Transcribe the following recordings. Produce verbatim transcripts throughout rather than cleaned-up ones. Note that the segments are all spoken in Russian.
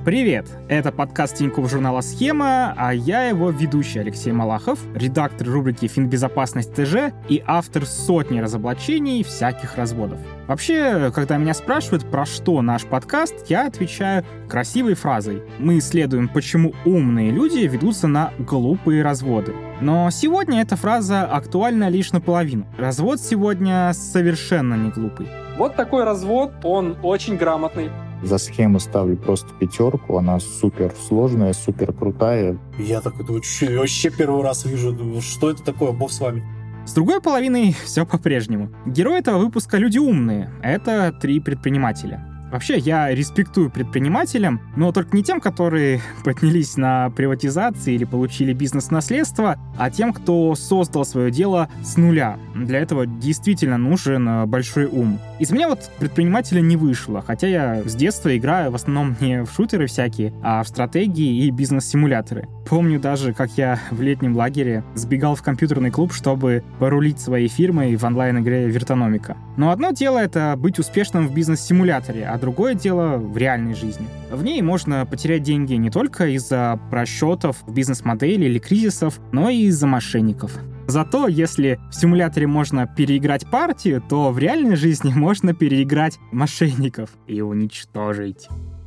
Привет! Это подкаст Тинькофф журнала «Схема», а я его ведущий Алексей Малахов, редактор рубрики «Финбезопасность ТЖ» и автор сотни разоблачений всяких разводов. Вообще, когда меня спрашивают, про что наш подкаст, я отвечаю красивой фразой. Мы исследуем, почему умные люди ведутся на глупые разводы. Но сегодня эта фраза актуальна лишь наполовину. Развод сегодня совершенно не глупый. Вот такой развод, он очень грамотный. За схему ставлю просто пятерку, она супер сложная, супер крутая. Я такой думаю, вообще первый раз вижу, думаю, что это такое, бог с вами. С другой половиной все по-прежнему. Герои этого выпуска — люди умные. Это три предпринимателя. Вообще, я респектую предпринимателям, но только не тем, которые поднялись на приватизации или получили бизнес-наследство, а тем, кто создал свое дело с нуля. Для этого действительно нужен большой ум. Из меня вот предпринимателя не вышло, хотя я с детства играю в основном не в шутеры всякие, а в стратегии и бизнес-симуляторы. Помню даже, как я в летнем лагере сбегал в компьютерный клуб, чтобы порулить своей фирмой в онлайн-игре Виртономика. Но одно дело — это быть успешным в бизнес-симуляторе, а другое дело в реальной жизни. В ней можно потерять деньги не только из-за просчетов в бизнес-модели или кризисов, но и из-за мошенников. Зато если в симуляторе можно переиграть партию, то в реальной жизни можно переиграть мошенников и уничтожить.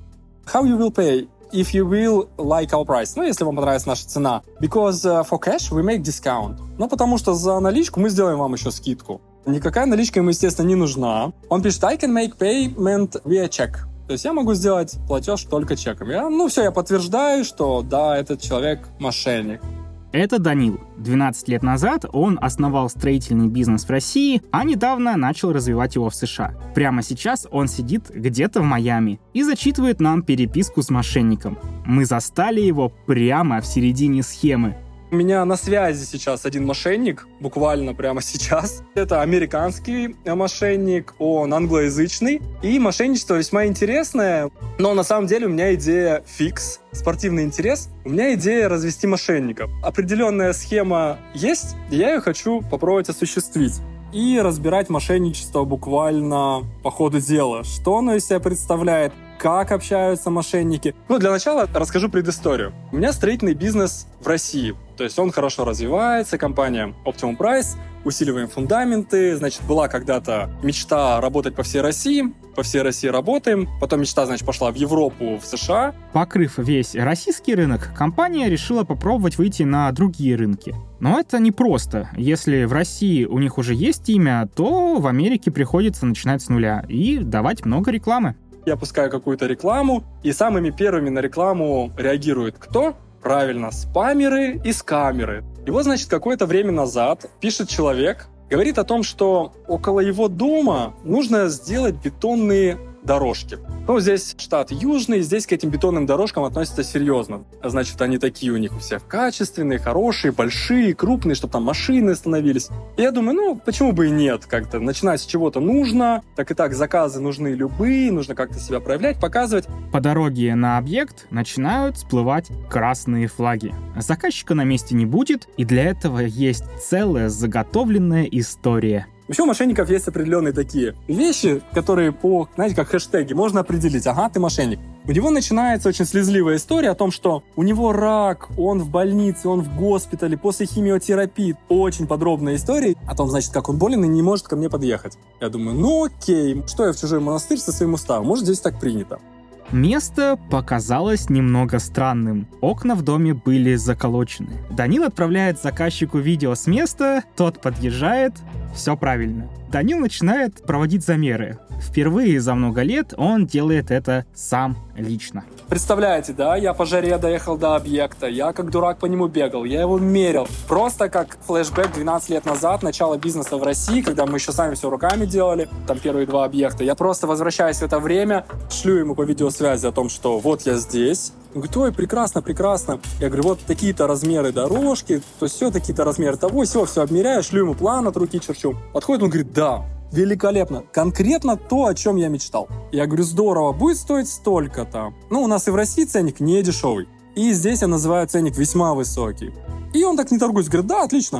How you will pay? If you will like our price. Ну, если вам понравится наша цена. Because uh, for cash we make discount. Ну, потому что за наличку мы сделаем вам еще скидку. Никакая наличка ему, естественно, не нужна. Он пишет, I can make payment via check. То есть я могу сделать платеж только чеком. Я, ну, все, я подтверждаю, что да, этот человек мошенник. Это Данил. двенадцать лет назад он основал строительный бизнес в России, а недавно начал развивать его в США. Прямо сейчас он сидит где-то в Майами и зачитывает нам переписку с мошенником. Мы застали его прямо в середине схемы. У меня на связи сейчас один мошенник, буквально прямо сейчас. Это американский мошенник, он англоязычный. И мошенничество весьма интересное. Но на самом деле у меня идея фикс, спортивный интерес. У меня идея развести мошенников. Определенная схема есть, и я ее хочу попробовать осуществить. И разбирать мошенничество буквально по ходу дела. Что оно из себя представляет, как общаются мошенники. Ну, для начала расскажу предысторию. У меня строительный бизнес в России. То есть он хорошо развивается, компания Optimum Price, усиливаем фундаменты. Значит, была когда-то мечта работать по всей России. По всей России работаем. Потом мечта, значит, пошла в Европу, в США. Покрыв весь российский рынок, компания решила попробовать выйти на другие рынки. Но это непросто. Если в России у них уже есть имя, то в Америке приходится начинать с нуля и давать много рекламы. Я пускаю какую-то рекламу, и самыми первыми на рекламу реагирует кто? Правильно, спамеры и скамеры. И вот, значит, какое-то время назад пишет человек, говорит о том, что около его дома нужно сделать бетонные дорожки. Ну, здесь штат Южный, здесь к этим бетонным дорожкам относятся серьезно. Значит, они такие у них у всех качественные, хорошие, большие, крупные, чтобы там машины становились. И я думаю, ну, почему бы и нет? Как-то начинать с чего-то нужно. Так и так, заказы нужны любые, нужно как-то себя проявлять, показывать. По дороге на объект начинают всплывать красные флаги. Заказчика на месте не будет, и для этого есть целая заготовленная история. Еще у мошенников есть определенные такие вещи, которые по, знаете, как хэштеги можно определить. Ага, ты мошенник. У него начинается очень слезливая история о том, что у него рак, он в больнице, он в госпитале, после химиотерапии. Очень подробная история о том, значит, как он болен и не может ко мне подъехать. Я думаю, ну окей, что я в чужой монастырь со своим уставом? Может, здесь так принято. Место показалось немного странным. Окна в доме были заколочены. Данил отправляет заказчику видео с места, тот подъезжает, все правильно. Данил начинает проводить замеры. Впервые за много лет он делает это сам лично. Представляете, да, я по жаре доехал до объекта, я как дурак по нему бегал, я его мерил. Просто как флешбэк двенадцать лет назад, начало бизнеса в России, когда мы еще сами все руками делали, там первые два объекта. Я просто возвращаюсь в это время, шлю ему по видеосвязи о том, что вот я здесь. Он говорит, ой, прекрасно, прекрасно. Я говорю, вот такие-то размеры дорожки, то есть все такие-то размеры того, все, все обмеряю, шлю ему план от руки, черчу. Подходит, он говорит, да, великолепно. Конкретно то, о чем я мечтал. Я говорю, здорово, будет стоить столько-то. Ну, у нас и в России ценник не дешевый. И здесь я называю ценник весьма высокий. И он так не торгуется, говорит, да, отлично.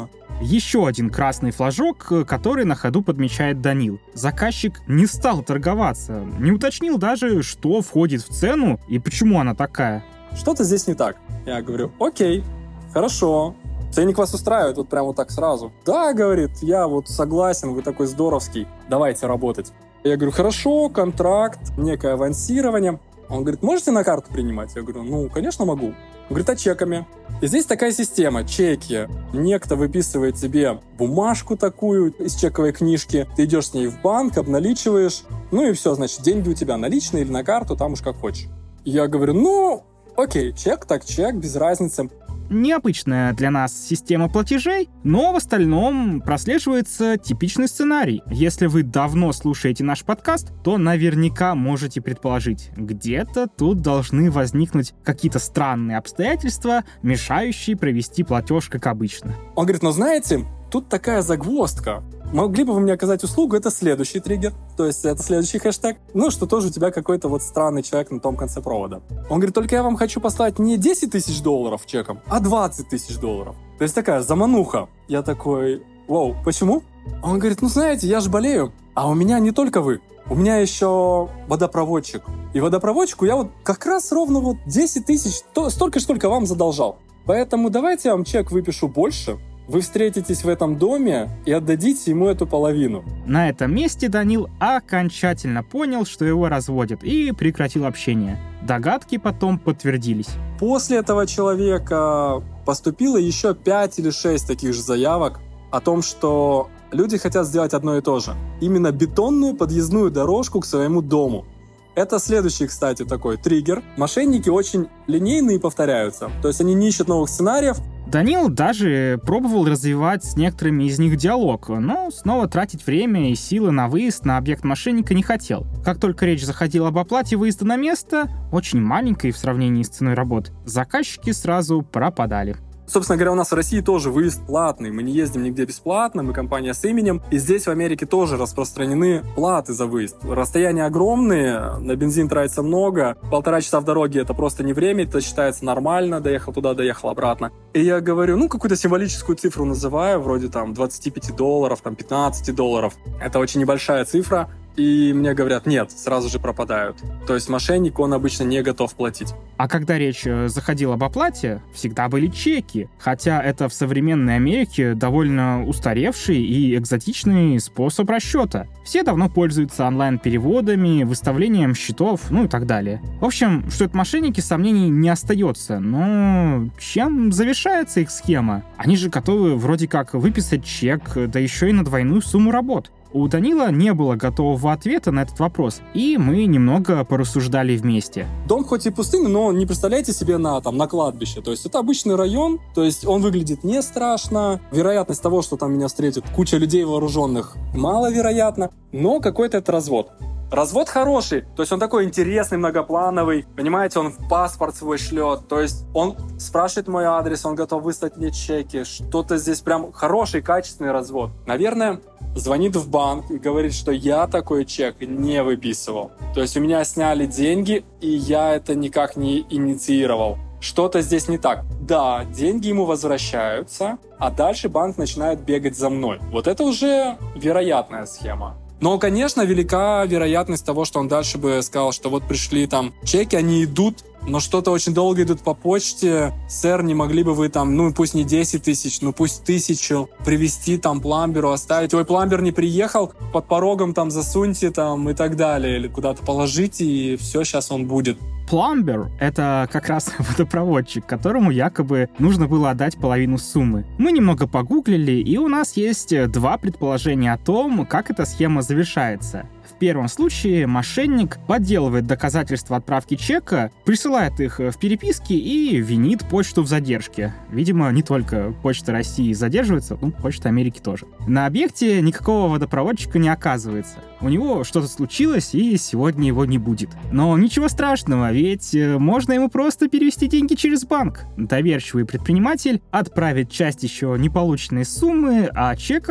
Еще один красный флажок, который на ходу подмечает Данил. Заказчик не стал торговаться, не уточнил даже, что входит в цену и почему она такая. Что-то здесь не так. Я говорю, окей, хорошо. Ценник вас устраивает, вот прям вот так сразу. Да, говорит, я вот согласен, вы такой здоровский, давайте работать. Я говорю, хорошо, контракт, некое авансирование. Он говорит, можете на карту принимать? Я говорю, ну, конечно, могу. Он говорит, а чеками? И здесь такая система, чеки. Некто выписывает тебе бумажку такую из чековой книжки, ты идешь с ней в банк, обналичиваешь, ну и все, значит, деньги у тебя наличные или на карту, там уж как хочешь. Я говорю, ну, окей, чек так чек, без разницы. Необычная для нас система платежей, но в остальном прослеживается типичный сценарий. Если вы давно слушаете наш подкаст, то наверняка можете предположить, где-то тут должны возникнуть какие-то странные обстоятельства, мешающие провести платеж как обычно. Он говорит, ну знаете, тут такая загвоздка. Могли бы вы мне оказать услугу, это следующий триггер, то есть это следующий хэштег, ну, что тоже у тебя какой-то вот странный человек на том конце провода. Он говорит, только я вам хочу послать не десять тысяч долларов чеком, а двадцать тысяч долларов. То есть такая замануха. Я такой, вау, почему? Он говорит, ну, знаете, я же болею, а у меня не только вы, у меня еще водопроводчик. И водопроводчику я вот как раз ровно вот десять тысяч, то, столько, сколько вам задолжал. Поэтому давайте я вам чек выпишу больше, вы встретитесь в этом доме и отдадите ему эту половину. На этом месте Данил окончательно понял, что его разводят, и прекратил общение. Догадки потом подтвердились. После этого человека поступило еще пять или шесть таких же заявок о том, что люди хотят сделать одно и то же. Именно бетонную подъездную дорожку к своему дому. Это следующий, кстати, такой триггер. Мошенники очень линейные и повторяются. То есть они не ищут новых сценариев. Данил даже пробовал развивать с некоторыми из них диалог, но снова тратить время и силы на выезд на объект мошенника не хотел. Как только речь заходила об оплате выезда на место, очень маленькой в сравнении с ценой работ, заказчики сразу пропадали. Собственно говоря, у нас в России тоже выезд платный. Мы не ездим нигде бесплатно, мы компания с именем. И здесь в Америке тоже распространены платы за выезд. Расстояния огромные, на бензин тратится много. Полтора часа в дороге — это просто не время, это считается нормально. Доехал туда, доехал обратно. И я говорю, ну, какую-то символическую цифру называю, вроде там двадцать пять долларов, там пятнадцать долларов. Это очень небольшая цифра. И мне говорят, нет, сразу же пропадают. То есть мошенник, он обычно не готов платить. А когда речь заходила об оплате, всегда были чеки. Хотя это в современной Америке довольно устаревший и экзотичный способ расчета. Все давно пользуются онлайн-переводами, выставлением счетов, ну и так далее. В общем, что это мошенники, сомнений не остается. Но чем завершается их схема? Они же готовы вроде как выписать чек, да еще и на двойную сумму работ. У Данила не было готового ответа на этот вопрос, и мы немного порассуждали вместе. Дом хоть и пустынный, но не представляйте себе на, там, на кладбище. То есть это обычный район, то есть он выглядит не страшно. Вероятность того, что там меня встретит куча людей вооруженных, маловероятна, но какой-то это развод. Развод хороший, то есть он такой интересный, многоплановый, понимаете, он в паспорт свой шлет, то есть он спрашивает мой адрес, он готов выслать мне чеки, что-то здесь прям хороший, качественный развод. Наверное, звонит в банк и говорит, что я такой чек не выписывал. То есть у меня сняли деньги, и я это никак не инициировал. Что-то здесь не так. Да, деньги ему возвращаются, а дальше банк начинает бегать за мной. Вот это уже вероятная схема. Но, конечно, велика вероятность того, что он дальше бы сказал, что вот пришли там чеки, они идут, но что-то очень долго идут по почте. Сэр, не могли бы вы там, ну пусть не десять тысяч, ну пусть тысячу, привезти там пломберу, оставить. Ой, пломбер не приехал, под порогом там засуньте там и так далее. Или куда-то положите, и все, сейчас он будет. Пломбер — это как раз водопроводчик, которому якобы нужно было отдать половину суммы. Мы немного погуглили, и у нас есть два предположения о том, как эта схема завершается. В первом случае мошенник подделывает доказательства отправки чека, присылает их в переписке и винит почту в задержке. Видимо, не только Почта России задерживается, но Почта Америки тоже. На объекте никакого водопроводчика не оказывается. У него что-то случилось, и сегодня его не будет. Но ничего страшного, ведь можно ему просто перевести деньги через банк. Доверчивый предприниматель отправит часть еще не полученной суммы, а чеков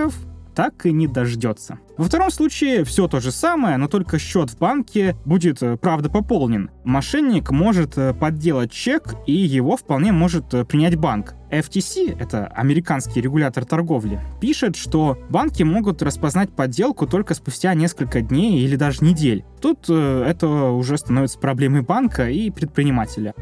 так и не дождется. Во втором случае все то же самое, но только счет в банке будет, правда, пополнен. Мошенник может подделать чек, и его вполне может принять банк. эф ти си, это американский регулятор торговли, пишет, что банки могут распознать подделку только спустя несколько дней или даже недель. Тут э, это уже становится проблемой банка и предпринимателя.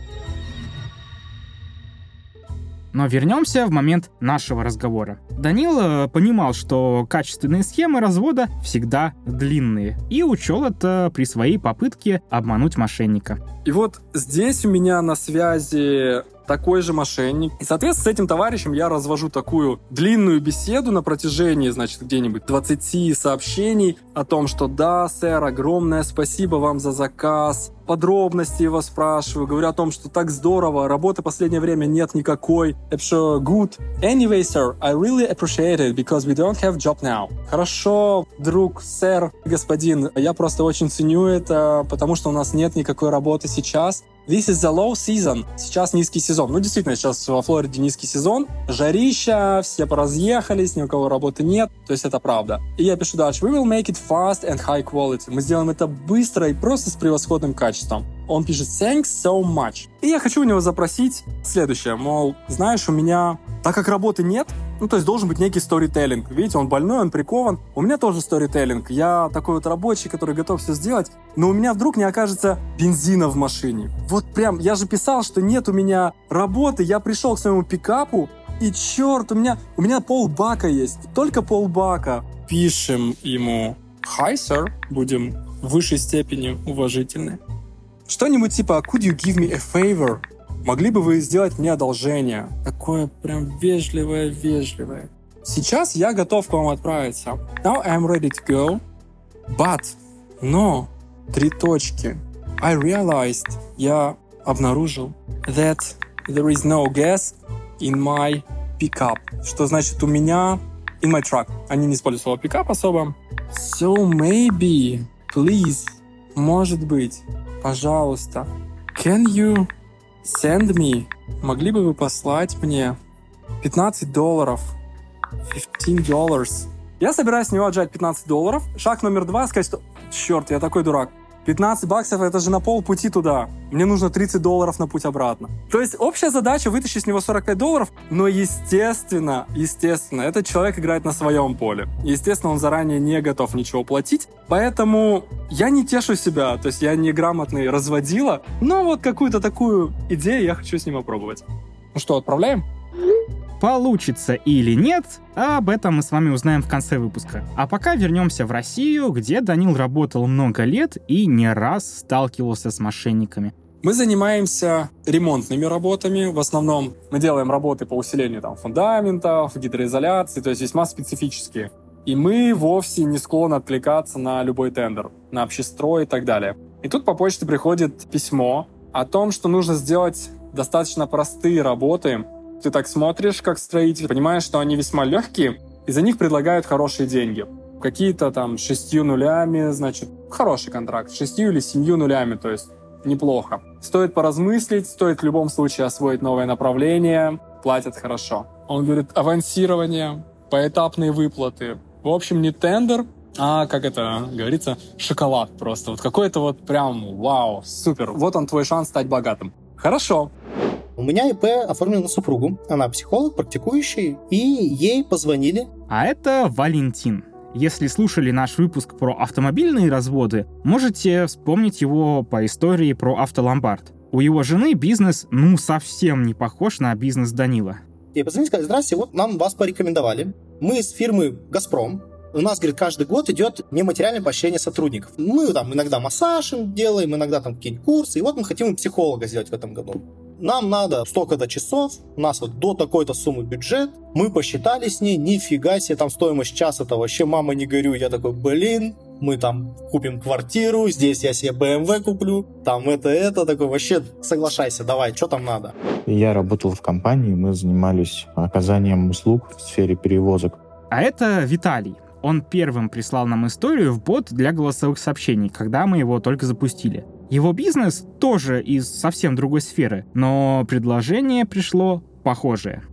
Но вернемся в момент нашего разговора. Данил понимал, что качественные схемы развода всегда длинные, и учел это при своей попытке обмануть мошенника. И вот здесь у меня на связи такой же мошенник. И, соответственно, с этим товарищем я развожу такую длинную беседу на протяжении, значит, где-нибудь двадцати сообщений о том, что да, сэр, огромное спасибо вам за заказ. Подробности его спрашиваю, говорю о том, что так здорово, работы в последнее время нет никакой. Я пишу, good. Anyway, sir, I really appreciate it, because we don't have job now. Хорошо, друг, сэр, господин, я просто очень ценю это, потому что у нас нет никакой работы сейчас. This is the low season. Сейчас низкий сезон. Ну, действительно, сейчас во Флориде низкий сезон. Жарища, все поразъехались, ни у кого работы нет. То есть это правда. И я пишу дальше. We will make it fast and high quality. Мы сделаем это быстро и просто с превосходным качеством. Он пишет thanks so much. И я хочу у него запросить следующее. Мол, знаешь, у меня, так как работы нет, ну, то есть должен быть некий сторителлинг. Видите, он больной, он прикован. У меня тоже сторителлинг. Я такой вот рабочий, который готов все сделать. Но у меня вдруг не окажется бензина в машине. Вот прям, я же писал, что нет у меня работы. Я пришел к своему пикапу, и черт, у меня, у меня полбака есть. Только полбака. Пишем ему hi, sir. Будем в высшей степени уважительны. Что-нибудь типа could you give me a favor? Могли бы вы сделать мне одолжение? Такое прям вежливое-вежливое. Сейчас я готов к вам отправиться. Now I'm ready to go. But, но, три точки. I realized, я обнаружил, that there is no gas in my pickup. Что значит у меня in my truck. Они не используют слово pickup особо. So maybe, please, может быть, пожалуйста, can you send me, могли бы вы послать мне пятнадцать долларов, fifteen dollars. Я собираюсь с него отжать пятнадцать долларов. Шаг номер два, сказать, что черт, я такой дурак. пятнадцать баксов, это же на полпути туда. Мне нужно тридцать долларов на путь обратно. То есть общая задача вытащить с него сорок пять долларов, но естественно, естественно, этот человек играет на своем поле. Естественно, он заранее не готов ничего платить, поэтому я не тешу себя, то есть я не грамотный разводила, но вот какую-то такую идею я хочу с ним опробовать. Ну что, отправляем? Получится или нет, об этом мы с вами узнаем в конце выпуска. А пока вернемся в Россию, где Данил работал много лет и не раз сталкивался с мошенниками. Мы занимаемся ремонтными работами. В основном мы делаем работы по усилению там, фундаментов, гидроизоляции, то есть весьма специфические. И мы вовсе не склонны откликаться на любой тендер, на общестрой и так далее. И тут по почте приходит письмо о том, что нужно сделать достаточно простые работы. Ты так смотришь, как строитель, понимаешь, что они весьма легкие, и за них предлагают хорошие деньги. Какие-то там шестью нулями, значит, хороший контракт, шестью или семью нулями, то есть неплохо. Стоит поразмыслить, стоит в любом случае освоить новое направление, платят хорошо. Он говорит, авансирование, поэтапные выплаты. В общем, не тендер, а, как это говорится, шоколад просто. Вот какой-то вот прям вау, супер. Вот он твой шанс стать богатым. Хорошо. У меня ИП оформлено на супругу. Она психолог, практикующий, и ей позвонили. А это Валентин. Если слушали наш выпуск про автомобильные разводы, можете вспомнить его по истории про автоломбард. У его жены бизнес, ну, совсем не похож на бизнес Данила. Ей позвонили, сказали, здрасте, вот нам вас порекомендовали. Мы из фирмы «Газпром». У нас, говорит, каждый год идет нематериальное поощрение сотрудников. Мы там иногда массаж им делаем, иногда там какие-нибудь курсы, и вот мы хотим психолога сделать в этом году. Нам надо столько-то часов, у нас вот до такой-то суммы бюджет, мы посчитали с ней, нифига себе, там стоимость часа-то вообще, мама, не горю. Я такой, блин, мы там купим квартиру, здесь я себе бэ эм вэ куплю, там это-это, такой, вообще соглашайся, давай, что там надо? Я работал в компании, мы занимались оказанием услуг в сфере перевозок. А это Виталий. Он первым прислал нам историю в бот для голосовых сообщений, когда мы его только запустили. Его бизнес тоже из совсем другой сферы, но предложение пришло похожее.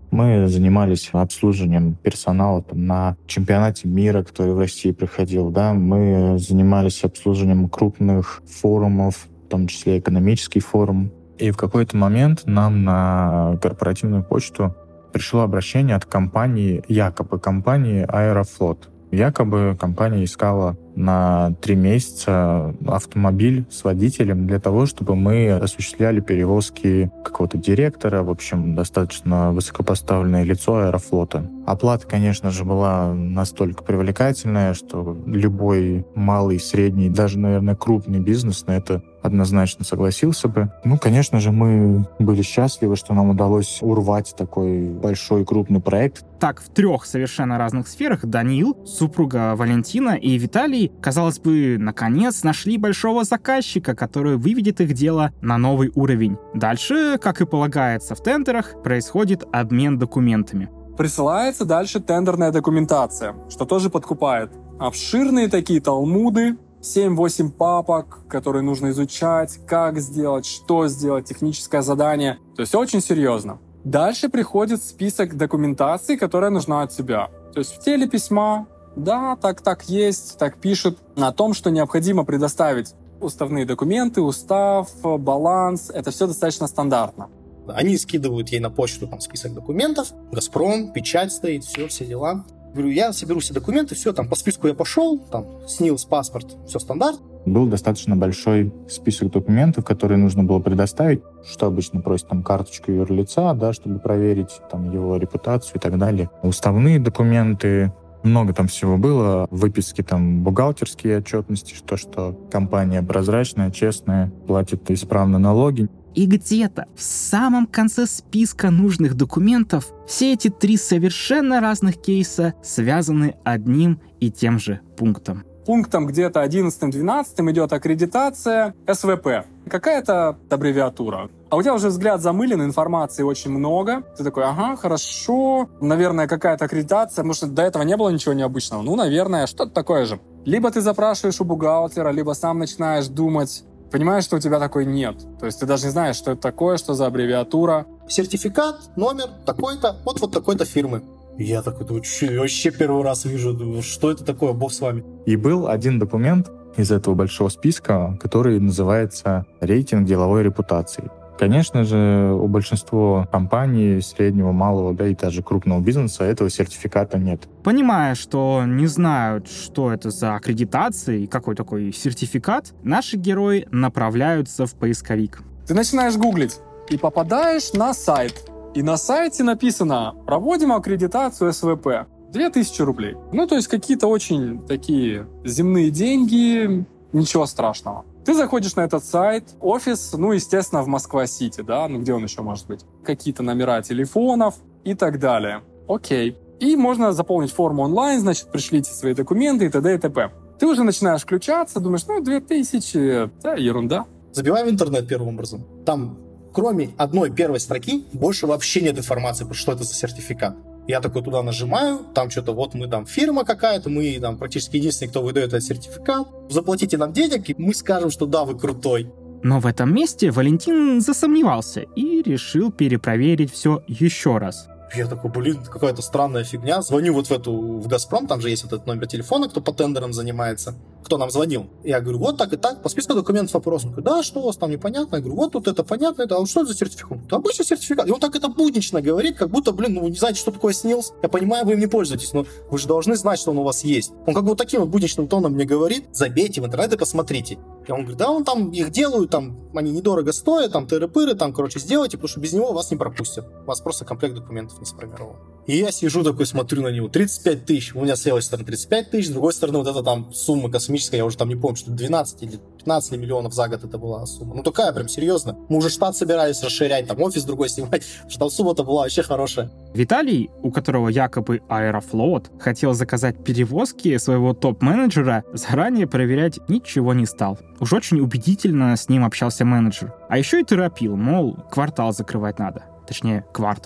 Мы занимались обслуживанием персонала там, на чемпионате мира, который в России проходил. Да? Мы занимались обслуживанием крупных форумов, в том числе экономический форум. И в какой-то момент нам на корпоративную почту пришло обращение от компании, якобы компании Аэрофлот. Якобы компания искала на три месяца автомобиль с водителем для того, чтобы мы осуществляли перевозки какого-то директора, в общем, достаточно высокопоставленное лицо Аэрофлота. Оплата, конечно же, была настолько привлекательная, что любой малый, средний, даже, наверное, крупный бизнес на это однозначно согласился бы. Ну, конечно же, мы были счастливы, что нам удалось урвать такой большой крупный проект. Так, в трех совершенно разных сферах Даниил, супруга Валентина и Виталий, казалось бы, наконец нашли большого заказчика, который выведет их дело на новый уровень. Дальше, как и полагается в тендерах, происходит обмен документами. Присылается дальше тендерная документация, что тоже подкупает. Обширные такие талмуды, семь-восемь папок, которые нужно изучать, как сделать, что сделать, техническое задание. То есть очень серьезно. Дальше приходит список документации, которая нужна от тебя. То есть в теле письма, да, так, так есть, так пишет, о том, что необходимо предоставить уставные документы, устав, баланс. Это все достаточно стандартно. Они скидывают ей на почту там список документов, Газпром, печать стоит, все, все дела. Говорю, я соберу все документы, все, там по списку я пошел, там СНИЛС, паспорт, все стандарт. Был достаточно большой список документов, которые нужно было предоставить, что обычно просят там карточку юрлица, да, чтобы проверить там его репутацию и так далее. Уставные документы, много там всего было, выписки там бухгалтерские отчетности, что, что компания прозрачная, честная, платит исправно налоги. И где-то в самом конце списка нужных документов все эти три совершенно разных кейса связаны одним и тем же пунктом. Пунктом где-то одиннадцатым-двенадцатым идет аккредитация эс вэ пэ. Какая-то аббревиатура. А у тебя уже взгляд замылен, информации очень много. Ты такой, ага, хорошо, наверное, какая-то аккредитация, потому что до этого не было ничего необычного. Ну, наверное, что-то такое же. Либо ты запрашиваешь у бухгалтера, либо сам начинаешь думать, понимаешь, что у тебя такой нет. То есть ты даже не знаешь, что это такое, что за аббревиатура. Сертификат, номер такой-то, от вот такой-то фирмы. Я такой, вообще первый раз вижу, думаю, что это такое, бог с вами. И был один документ из этого большого списка, который называется «Рейтинг деловой репутации». Конечно же, у большинства компаний среднего, малого, да и даже крупного бизнеса этого сертификата нет. Понимая, что не знают, что это за аккредитация и какой такой сертификат, наши герои направляются в поисковик. Ты начинаешь гуглить и попадаешь на сайт. И на сайте написано «Проводим аккредитацию эс вэ пэ». две тысячи рублей. Ну, то есть какие-то очень такие земные деньги, ничего страшного. Ты заходишь на этот сайт, офис, ну, естественно, в Москва-Сити, да, ну, где он еще может быть? Какие-то номера телефонов и так далее. Окей. И можно заполнить форму онлайн, значит, пришлите свои документы и т.д. и т.п. Ты уже начинаешь включаться, думаешь, ну, две тысячи, да, ерунда. Забиваем в интернет первым образом. Там, кроме одной первой строки, больше вообще нет информации, что это за сертификат. Я такой туда нажимаю, там что-то, вот мы там фирма какая-то, мы там практически единственный, кто выдает этот сертификат. Заплатите нам денег, и мы скажем, что да, вы крутой. Но в этом месте Валентин засомневался и решил перепроверить все еще раз. Я такой, блин, какая-то странная фигня. Звоню вот в эту, в Газпром, там же есть вот этот номер телефона, кто по тендерам занимается. Кто нам звонил? Я говорю, вот так и так, по списку документов вопрос. Он говорит, да, что у вас там непонятно? Я говорю, вот тут это понятно, это, а что это за сертификат? Это обычный сертификат. И он так это буднично говорит, как будто, блин, ну вы не знаете, что такое СНИЛС. Я понимаю, вы им не пользуетесь, но вы же должны знать, что он у вас есть. Он как бы вот таким вот будничным тоном мне говорит, забейте в интернет и посмотрите. И он говорит, да, он там их делают, там они недорого стоят, там тыры-пыры, там, короче, сделайте, потому что без него вас не пропустят. У вас просто комплект документов не сформирован. И я сижу такой, смотрю на него, тридцать пять тысяч, у меня с левой стороны тридцать пять тысяч, с другой стороны вот эта там сумма космическая, я уже там не помню, что двенадцать или пятнадцать миллионов за год это была сумма. Ну такая прям серьезно. Мы уже штат собирались расширять, там офис другой снимать, что там сумма-то была вообще хорошая. Виталий, у которого якобы Аэрофлот, хотел заказать перевозки своего топ-менеджера, заранее проверять ничего не стал. Уж очень убедительно с ним общался менеджер. А еще и торопил, мол, квартал закрывать надо. Точнее, квартал.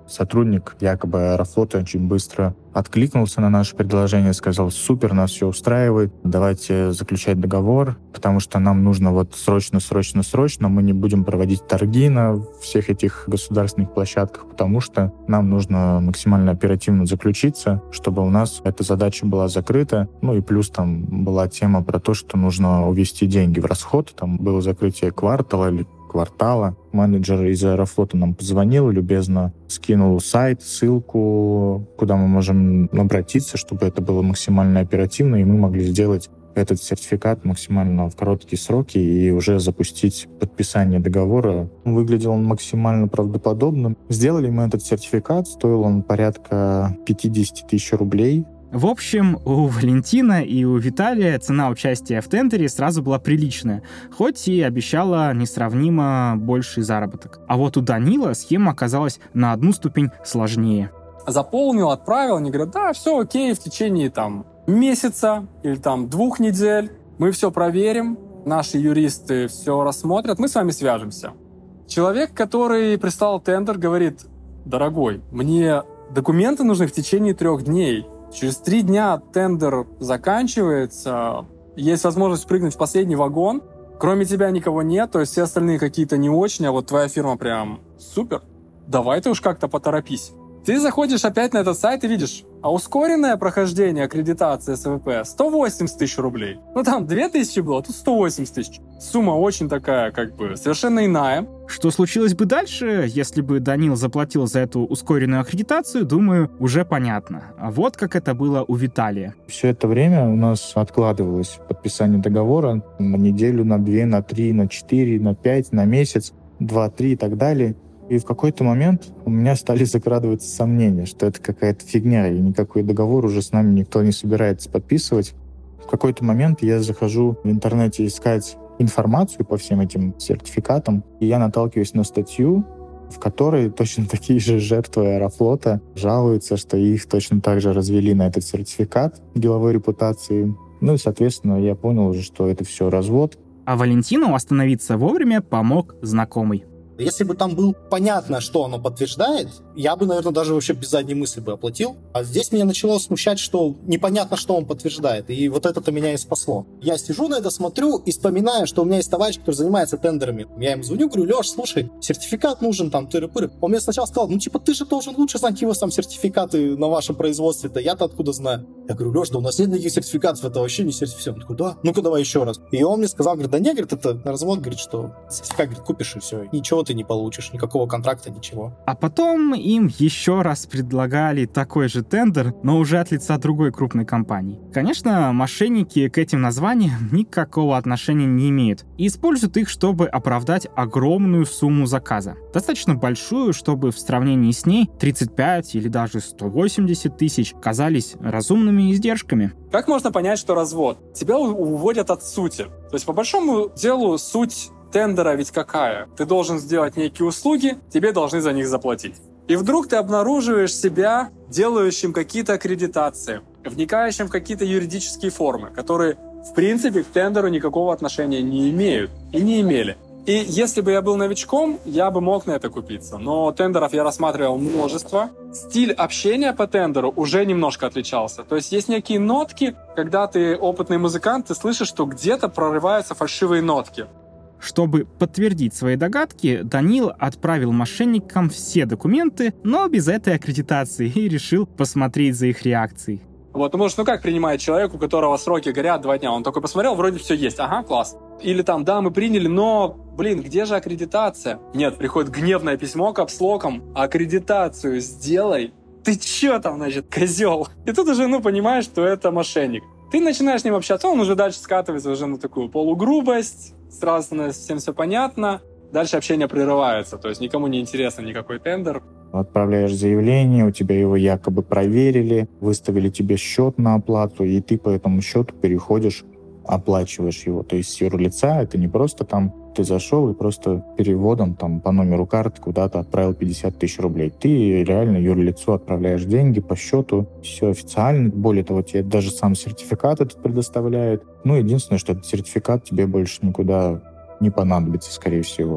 сотрудник якобы Аэрофлота очень быстро откликнулся на наше предложение, сказал: супер, нас все устраивает, давайте заключать договор, потому что нам нужно вот срочно, срочно, срочно, мы не будем проводить торги на всех этих государственных площадках, потому что нам нужно максимально оперативно заключиться, чтобы у нас эта задача была закрыта. Ну и плюс там была тема про то, что нужно увести деньги в расход, там было закрытие квартала или квартала. Менеджер из Аэрофлота нам позвонил, любезно скинул сайт, ссылку, куда мы можем обратиться, чтобы это было максимально оперативно, и мы могли сделать этот сертификат максимально в короткие сроки и уже запустить подписание договора. Выглядел он максимально правдоподобным. Сделали мы этот сертификат, стоил он порядка пятьдесят тысяч рублей. В общем, у Валентина и у Виталия цена участия в тендере сразу была приличная, хоть и обещала несравнимо больший заработок. А вот у Данила схема оказалась на одну ступень сложнее. Заполнил, отправил, они говорят: да, все окей, в течение там месяца или там двух недель мы все проверим, наши юристы все рассмотрят, мы с вами свяжемся. Человек, который прислал тендер, говорит: дорогой, мне документы нужны в течение трех дней. Через три дня тендер заканчивается, есть возможность прыгнуть в последний вагон, кроме тебя никого нет, то есть все остальные какие-то не очень, а вот твоя фирма прям супер, давай ты уж как-то поторопись. Ты заходишь опять на этот сайт и видишь, а ускоренное прохождение аккредитации СВП сто восемьдесят тысяч рублей. Ну там две тысячи было, тут сто восемьдесят тысяч. Сумма очень такая, как бы, совершенно иная. Что случилось бы дальше, если бы Данил заплатил за эту ускоренную аккредитацию, думаю, уже понятно. А вот как это было у Виталия. Все это время у нас откладывалось подписание договора на неделю, на две, на три, на четыре, на пять, на месяц, два, три и так далее. И в какой-то момент у меня стали закрадываться сомнения, что это какая-то фигня, и никакой договор уже с нами никто не собирается подписывать. В какой-то момент я захожу в интернете искать информацию по всем этим сертификатам, и я наталкиваюсь на статью, в которой точно такие же жертвы Аэрофлота жалуются, что их точно так же развели на этот сертификат деловой репутации. Ну и, соответственно, я понял уже, что это все развод. А Валентину остановиться вовремя помог знакомый. Если бы там было понятно, что оно подтверждает, я бы, наверное, даже вообще без задней мысли бы оплатил. А здесь меня начало смущать, что непонятно, что он подтверждает. И вот это-то меня и спасло. Я сижу на это, смотрю и вспоминаю, что у меня есть товарищ, который занимается тендерами. Я ему звоню, говорю: Леш, слушай, сертификат нужен, там, тыры-пыры. Он мне сначала сказал: ну, типа, ты же должен лучше знать, его там сертификаты на вашем производстве-то. Я-то откуда знаю? Я говорю: Леш, да у нас нет никаких сертификатов, это вообще не сертификат. Он такой: да? Ну-ка, давай еще раз. И он мне сказал, говорит: да не, говорит, это развод, говорит, что сертификат, говорит, купишь и все. Ничего ты не получишь, никакого контракта, ничего. А потом им еще раз предлагали такой же тендер, но уже от лица другой крупной компании. Конечно, мошенники к этим названиям никакого отношения не имеют и используют их, чтобы оправдать огромную сумму заказа. Достаточно большую, чтобы в сравнении с ней тридцать пять или даже сто восемьдесят тысяч казались разумными издержками. Как можно понять, что развод? Тебя уводят от сути. То есть, по большому делу, суть тендера ведь какая? Ты должен сделать некие услуги, тебе должны за них заплатить. И вдруг ты обнаруживаешь себя делающим какие-то аккредитации, вникающим в какие-то юридические формы, которые, в принципе, к тендеру никакого отношения не имеют и не имели. И если бы я был новичком, я бы мог на это купиться. Но тендеров я рассматривал множество. Стиль общения по тендеру уже немножко отличался. То есть есть некие нотки, когда ты опытный музыкант, ты слышишь, что где-то прорываются фальшивые нотки. Чтобы подтвердить свои догадки, Данил отправил мошенникам все документы, но без этой аккредитации, и решил посмотреть за их реакцией. Вот, ну, может, ну как принимает человек, у которого сроки горят два дня? Он такой посмотрел, вроде все есть, ага, класс. Или там, да, мы приняли, но, блин, где же аккредитация? Нет, приходит гневное письмо капслоком: аккредитацию сделай. Ты чё там, значит, козел? И тут уже, ну, понимаешь, что это мошенник. Ты начинаешь с ним общаться, он уже дальше скатывается уже на такую полугрубость, сразу становится всем все понятно, дальше общение прерывается, то есть никому не интересно никакой тендер. Отправляешь заявление, у тебя его якобы проверили, выставили тебе счет на оплату, и ты по этому счету переходишь, оплачиваешь его. То есть с юрлица это не просто там ты зашел и просто переводом там по номеру карты куда-то отправил пятьдесят тысяч рублей. Ты реально юрлицу отправляешь деньги по счету, все официально. Более того, тебе даже сам сертификат этот предоставляет. Ну, единственное, что этот сертификат тебе больше никуда не понадобится, скорее всего.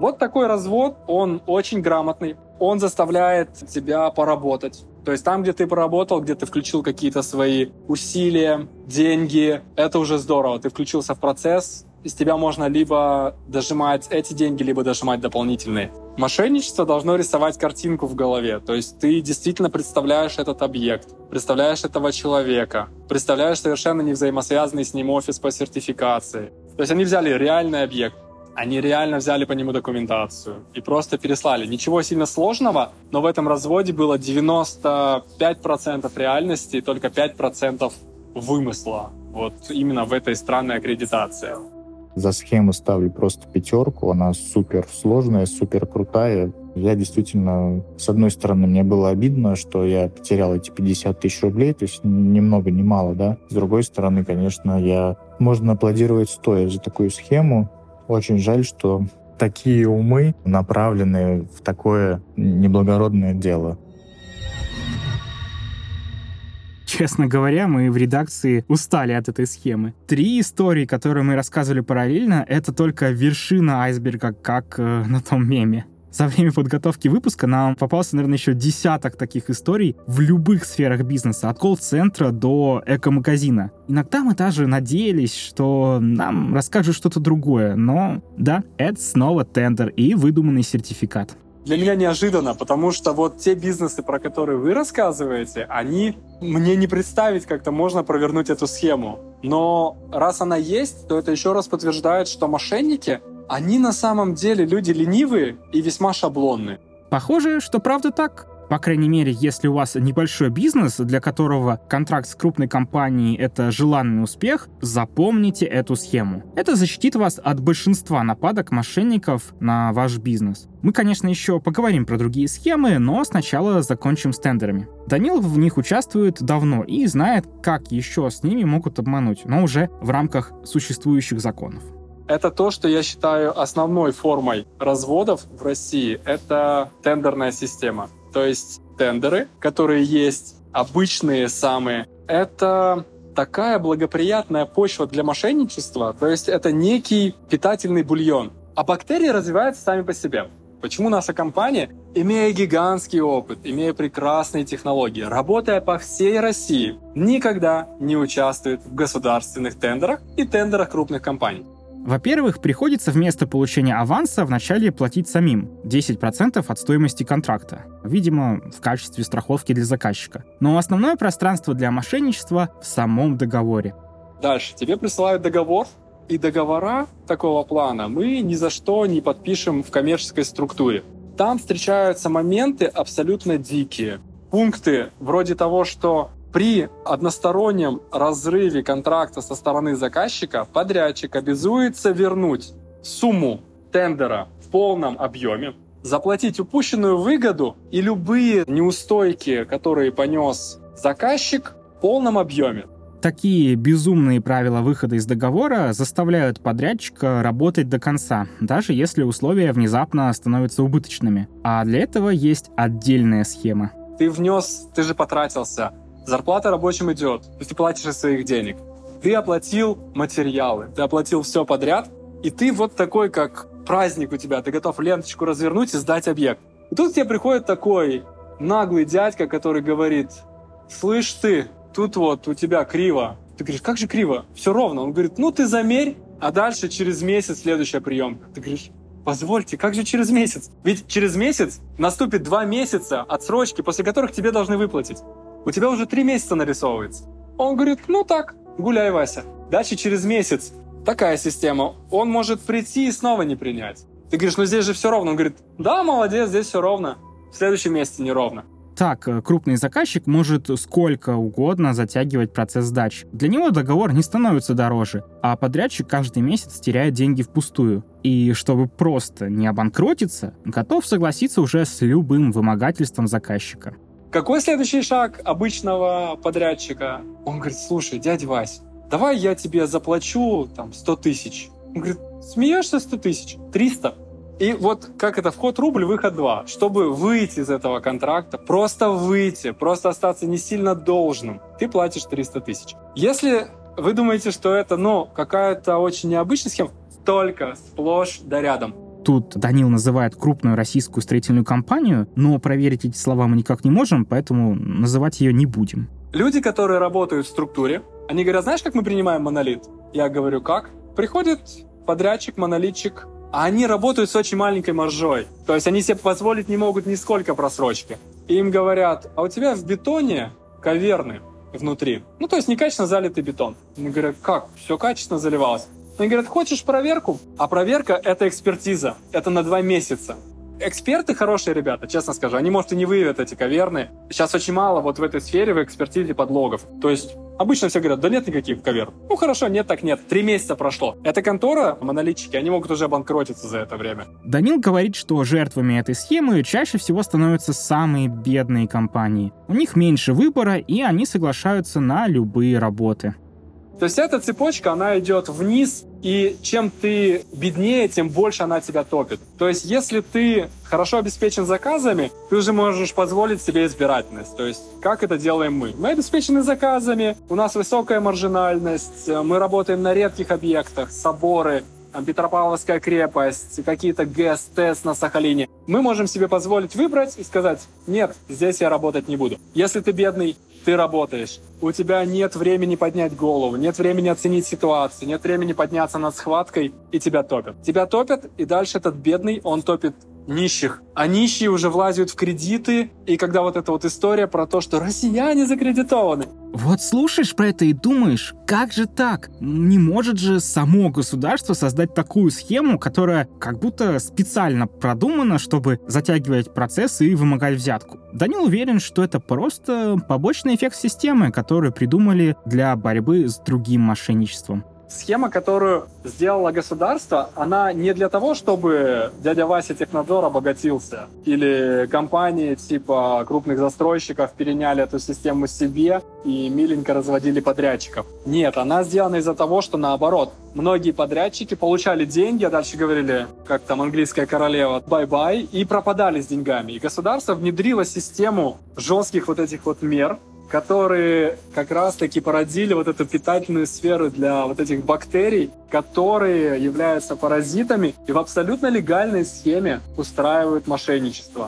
Вот такой развод, он очень грамотный. Он заставляет тебя поработать. То есть там, где ты поработал, где ты включил какие-то свои усилия, деньги, это уже здорово. Ты включился в процесс, из тебя можно либо дожимать эти деньги, либо дожимать дополнительные. Мошенничество должно рисовать картинку в голове. То есть ты действительно представляешь этот объект, представляешь этого человека, представляешь совершенно не взаимосвязанный с ним офис по сертификации. То есть они взяли реальный объект, они реально взяли по нему документацию и просто переслали. Ничего сильно сложного, но в этом разводе было девяносто пять процентов реальности и только пять процентов вымысла. Вот именно в этой странной аккредитации. За схему ставлю просто пятерку. Она супер сложная, супер крутая. Я действительно, с одной стороны, мне было обидно, что я потерял эти пятьдесят тысяч рублей, то есть ни много, ни мало, да. С другой стороны, конечно, я... Можно аплодировать стоя за такую схему. Очень жаль, что такие умы направлены в такое неблагородное дело. Честно говоря, мы в редакции устали от этой схемы. Три истории, которые мы рассказывали параллельно, это только вершина айсберга, как э, на том меме. За время подготовки выпуска нам попался, наверное, еще десяток таких историй в любых сферах бизнеса, от колл-центра до эко-магазина. Иногда мы даже надеялись, что нам расскажут что-то другое, но да, это снова тендер и выдуманный сертификат. Для меня неожиданно, потому что вот те бизнесы, про которые вы рассказываете, они мне не представить, как-то можно провернуть эту схему. Но раз она есть, то это еще раз подтверждает, что мошенники, они на самом деле люди ленивые и весьма шаблонные. Похоже, что правда так. По крайней мере, если у вас небольшой бизнес, для которого контракт с крупной компанией — это желанный успех, запомните эту схему. Это защитит вас от большинства нападок мошенников на ваш бизнес. Мы, конечно, еще поговорим про другие схемы, но сначала закончим с тендерами. Данил в них участвует давно и знает, как еще с ними могут обмануть, но уже в рамках существующих законов. Это то, что я считаю основной формой разводов в России. Это тендерная система. То есть тендеры, которые есть, обычные самые, это такая благоприятная почва для мошенничества, то есть это некий питательный бульон. А бактерии развиваются сами по себе. Почему наша компания, имея гигантский опыт, имея прекрасные технологии, работая по всей России, никогда не участвует в государственных тендерах и тендерах крупных компаний? Во-первых, приходится вместо получения аванса вначале платить самим десять процентов от стоимости контракта, видимо, в качестве страховки для заказчика. Но основное пространство для мошенничества в самом договоре. Дальше тебе присылают договор, и договора такого плана мы ни за что не подпишем в коммерческой структуре. Там встречаются моменты абсолютно дикие. Пункты вроде того, что при одностороннем разрыве контракта со стороны заказчика подрядчик обязуется вернуть сумму тендера в полном объеме, заплатить упущенную выгоду и любые неустойки, которые понес заказчик, в полном объеме. Такие безумные правила выхода из договора заставляют подрядчика работать до конца, даже если условия внезапно становятся убыточными. А для этого есть отдельная схема. Ты внес, ты же потратился. Зарплата рабочим идет, то есть ты платишь из своих денег. Ты оплатил материалы, ты оплатил все подряд, и ты вот такой, как праздник у тебя, ты готов ленточку развернуть и сдать объект. И тут к тебе приходит такой наглый дядька, который говорит: слышь ты, тут вот у тебя криво. Ты говоришь: как же криво? Все ровно. Он говорит: ну ты замерь, а дальше через месяц следующая приемка. Ты говоришь: позвольте, как же через месяц? Ведь через месяц наступит два месяца отсрочки, после которых тебе должны выплатить. У тебя уже три месяца нарисовывается. Он говорит: ну так, гуляй, Вася. Дальше через месяц такая система. Он может прийти и снова не принять. Ты говоришь: ну здесь же все ровно. Он говорит: да, молодец, здесь все ровно. В следующем месяце неровно. Так, крупный заказчик может сколько угодно затягивать процесс сдачи. Для него договор не становится дороже, а подрядчик каждый месяц теряет деньги впустую. И чтобы просто не обанкротиться, готов согласиться уже с любым вымогательством заказчика. Какой следующий шаг обычного подрядчика? Он говорит: слушай, дядя Вась, давай я тебе заплачу там сто тысяч. Он говорит: смеешься, сто тысяч? триста. И вот как это, вход рубль, выход два. Чтобы выйти из этого контракта, просто выйти, просто остаться не сильно должным, ты платишь триста тысяч. Если вы думаете, что это, ну, какая-то очень необычная схема, только сплошь да рядом. Тут Данил называет крупную российскую строительную компанию, но проверить эти слова мы никак не можем, поэтому называть ее не будем. Люди, которые работают в структуре, они говорят, знаешь, как мы принимаем монолит? Я говорю, как? Приходит подрядчик, монолитчик, а они работают с очень маленькой маржой. То есть они себе позволить не могут ни сколько просрочки. И им говорят, а у тебя в бетоне каверны внутри. Ну, то есть некачественно залитый бетон. Они говорят, как? Все качественно заливалось. Они говорят, хочешь проверку? А проверка — это экспертиза. Это на два месяца. Эксперты хорошие ребята, честно скажу. Они, может, и не выявят эти каверны. Сейчас очень мало вот в этой сфере в экспертизе подлогов. То есть обычно все говорят, да нет никаких каверн. Ну хорошо, нет так нет. Три месяца прошло. Эта контора, монолитчики, они могут уже обанкротиться за это время. Данил говорит, что жертвами этой схемы чаще всего становятся самые бедные компании. У них меньше выбора, и они соглашаются на любые работы. То есть эта цепочка, она идет вниз, и чем ты беднее, тем больше она тебя топит. То есть если ты хорошо обеспечен заказами, ты уже можешь позволить себе избирательность. То есть как это делаем мы? Мы обеспечены заказами, у нас высокая маржинальность, мы работаем на редких объектах, соборы, Петропавловская крепость, какие-то ГЭС, ТЭС на Сахалине. Мы можем себе позволить выбрать и сказать, нет, здесь я работать не буду. Если ты бедный, ты работаешь. У тебя нет времени поднять голову, нет времени оценить ситуацию, нет времени подняться над схваткой, и тебя топят. Тебя топят, и дальше этот бедный, он топит нищих. А нищие уже влазят в кредиты, и когда вот эта вот история про то, что россияне закредитованы. Вот слушаешь про это и думаешь, как же так? Не может же само государство создать такую схему, которая как будто специально продумана, чтобы затягивать процесс и вымогать взятку. Данил уверен, что это просто побочный эффект системы, которую придумали для борьбы с другим мошенничеством. Схема, которую сделало государство, она не для того, чтобы дядя Вася Технадзор обогатился, или компании типа крупных застройщиков переняли эту систему себе и миленько разводили подрядчиков. Нет, она сделана из-за того, что наоборот. Многие подрядчики получали деньги, а дальше говорили, как там английская королева, бай-бай, и пропадали с деньгами. И государство внедрило систему жестких вот этих вот мер, которые как раз-таки породили вот эту питательную сферу для вот этих бактерий, которые являются паразитами и в абсолютно легальной схеме устраивают мошенничество.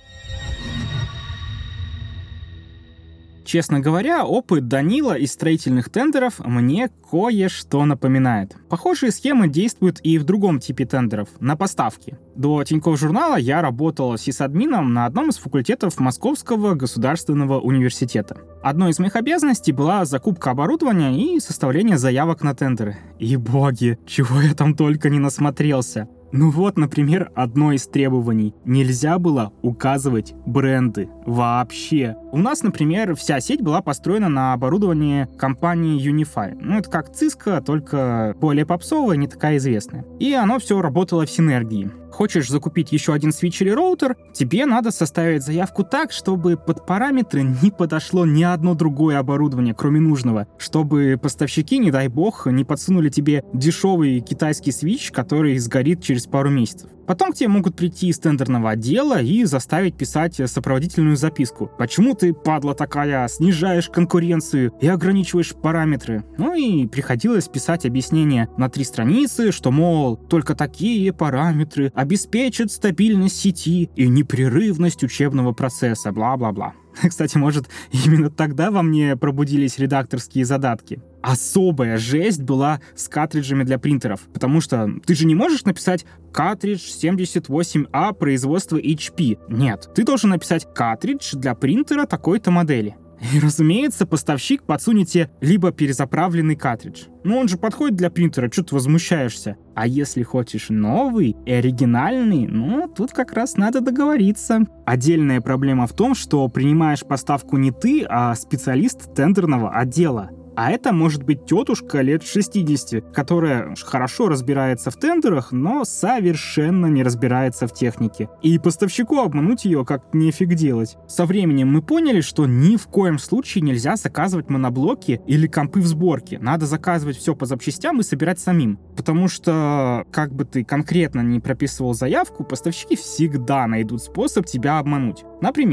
Честно говоря, опыт Данила из строительных тендеров мне кое-что напоминает. Похожие схемы действуют и в другом типе тендеров — на поставки. До Тинькофф журнала я работал сисадмином на одном из факультетов Московского государственного университета. Одной из моих обязанностей была закупка оборудования и составление заявок на тендеры. И боги, чего я там только не насмотрелся. Ну вот, например, одно из требований. Нельзя было указывать бренды. Вообще. У нас, например, вся сеть была построена на оборудовании компании Unify. Ну, это как Cisco, только более попсовая, не такая известная. И оно все работало в синергии. Хочешь закупить еще один свитч или роутер, тебе надо составить заявку так, чтобы под параметры не подошло ни одно другое оборудование, кроме нужного, чтобы поставщики, не дай бог, не подсунули тебе дешевый китайский свитч, который сгорит через пару месяцев. Потом к тебе могут прийти из тендерного отдела и заставить писать сопроводительную записку. Почему ты, падла такая, снижаешь конкуренцию и ограничиваешь параметры? Ну и приходилось писать объяснение на три страницы, что, мол, только такие параметры обеспечат стабильность сети и непрерывность учебного процесса, бла-бла-бла. Кстати, может, именно тогда во мне пробудились редакторские задатки. Особая жесть была с картриджами для принтеров, потому что ты же не можешь написать картридж семьдесят восемь А производства эйч пи. Нет, ты должен написать картридж для принтера такой-то модели. И, разумеется, поставщик подсунет тебе либо перезаправленный картридж. Ну, он же подходит для принтера, что ты возмущаешься? А если хочешь новый и оригинальный, ну, тут как раз надо договориться. Отдельная проблема в том, что принимаешь поставку не ты, а специалист тендерного отдела. А это может быть тетушка лет шестидесяти, которая хорошо разбирается в тендерах, но совершенно не разбирается в технике. И поставщику обмануть ее как нефиг делать. Со временем мы поняли, что ни в коем случае нельзя заказывать моноблоки или компы в сборке. Надо заказывать все по запчастям и собирать самим. Потому что, как бы ты конкретно не прописывал заявку, поставщики всегда найдут способ тебя обмануть. Например,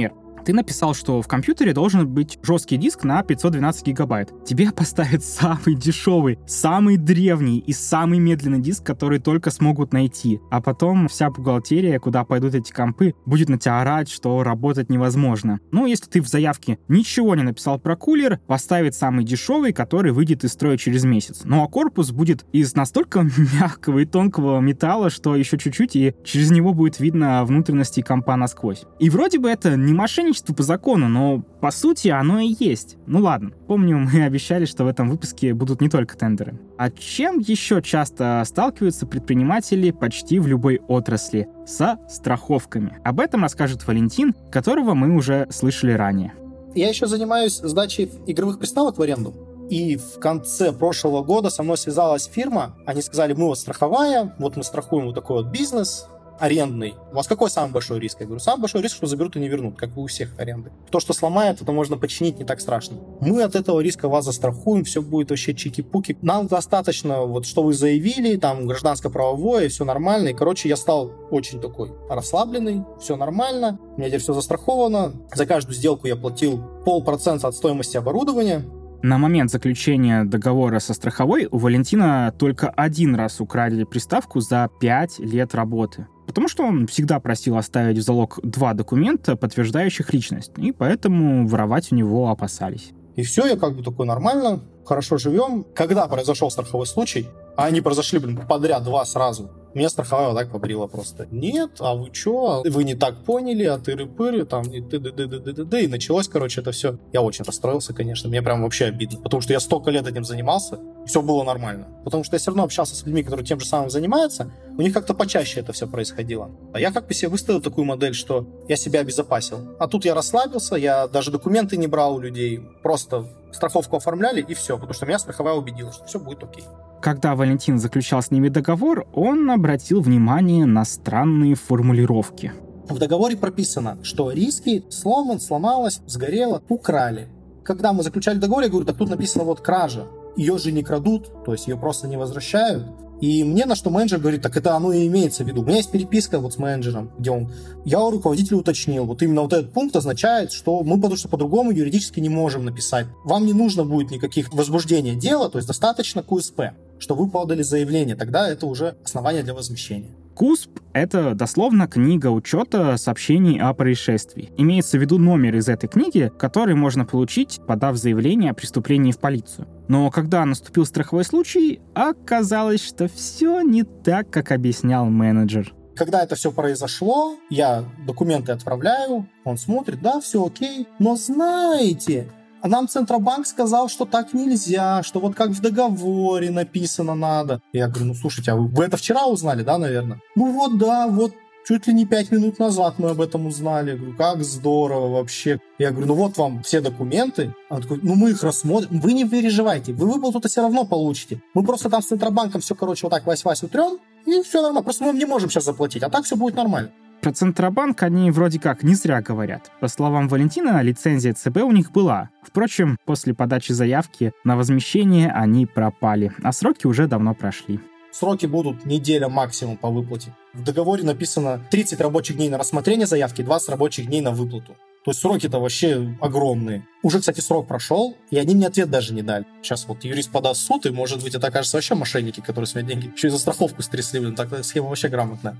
Ты написал, что в компьютере должен быть жесткий диск на пятьсот двенадцать гигабайт. Тебе поставят самый дешевый, самый древний и самый медленный диск, который только смогут найти. А потом вся бухгалтерия, куда пойдут эти компы, будет на тебя орать, что работать невозможно. Ну, если ты в заявке ничего не написал про кулер, поставит самый дешевый, который выйдет из строя через месяц. Ну, а корпус будет из настолько мягкого и тонкого металла, что еще чуть-чуть, и через него будет видно внутренности компа насквозь. И вроде бы это не мошенничество по закону, но по сути оно и есть. Ну ладно, помню, мы обещали, что в этом выпуске будут не только тендеры. А чем еще часто сталкиваются предприниматели почти в любой отрасли? Со страховками. Об этом расскажет Валентин, которого мы уже слышали ранее. Я еще занимаюсь сдачей игровых приставок в аренду. И в конце прошлого года со мной связалась фирма. Они сказали, мы вот страховая, вот мы страхуем вот такой вот бизнес арендный. У вас какой самый большой риск? Я говорю, самый большой риск, что заберут и не вернут, как и у всех аренды. То, что сломает, это можно починить, не так страшно. Мы от этого риска вас застрахуем, все будет вообще чики-пуки. Нам достаточно, вот что вы заявили, там гражданско-правовое, все нормально. И, короче, я стал очень такой расслабленный, все нормально, у меня теперь все застраховано. За каждую сделку я платил полпроцента от стоимости оборудования. На момент заключения договора со страховой у Валентина только один раз украли приставку за пять лет работы. Потому что он всегда просил оставить в залог два документа, подтверждающих личность, и поэтому воровать у него опасались. И все, я как бы такой нормально, хорошо живем. Когда произошел страховой случай, а они произошли, блин, подряд два сразу, меня страховая вот так побрила просто. Нет, а вы чё? Вы не так поняли, а тыры-пыры, там, и ды-ды-ды-ды-ды-ды. И началось, короче, это все. Я очень расстроился, конечно. Мне прям вообще обидно. Потому что я столько лет этим занимался, и все было нормально. Потому что я все равно общался с людьми, которые тем же самым занимаются, у них как-то почаще это все происходило. А я как бы себе выставил такую модель, что я себя обезопасил. А тут я расслабился, я даже документы не брал у людей. Просто страховку оформляли, и все. Потому что меня страховая убедила, что все будет окей. Когда Валентин заключал с ними договор, он обратил внимание на странные формулировки. В договоре прописано, что риски сломан, сломалось, сгорело, украли. Когда мы заключали договор, я говорю, так тут написано вот кража. Ее же не крадут, то есть ее просто не возвращают. И мне на что менеджер говорит, так это оно и имеется в виду. У меня есть переписка вот с менеджером, где он, я у руководителя уточнил, вот именно вот этот пункт означает, что мы потому что по-другому юридически не можем написать. Вам не нужно будет никаких возбуждения дела, то есть достаточно ку эс пэ, что вы подали заявление, тогда это уже основание для возмещения. КУСП — это дословно книга учета сообщений о происшествии. Имеется в виду номер из этой книги, который можно получить, подав заявление о преступлении в полицию. Но когда наступил страховой случай, оказалось, что все не так, как объяснял менеджер. Когда это все произошло, я документы отправляю, он смотрит, да, все окей, но знаете... А нам Центробанк сказал, что так нельзя, что вот как в договоре написано надо. Я говорю, ну слушайте, а вы, вы это вчера узнали, да, наверное? Ну вот да, вот чуть ли не пять минут назад мы об этом узнали. Я говорю, как здорово вообще. Я говорю, ну вот вам все документы. Он такой, ну мы их рассмотрим. Вы не переживайте, вы выплату-то все равно получите. Мы просто там с Центробанком все, короче, вот так вась-вась утрем, и все нормально. Просто мы не можем сейчас заплатить, а так все будет нормально. Про Центробанк они вроде как не зря говорят. По словам Валентина, лицензия ЦБ у них была. Впрочем, после подачи заявки на возмещение они пропали, а сроки уже давно прошли. Сроки будут неделя максимум по выплате. В договоре написано тридцать рабочих дней на рассмотрение заявки, двадцать рабочих дней на выплату. То есть сроки-то вообще огромные. Уже, кстати, срок прошел, и они мне ответ даже не дали. Сейчас вот юрист подаст в суд, и, может быть, это окажется вообще мошенники, которые свои деньги еще и за страховку стрясли. Блин, так схема вообще грамотная.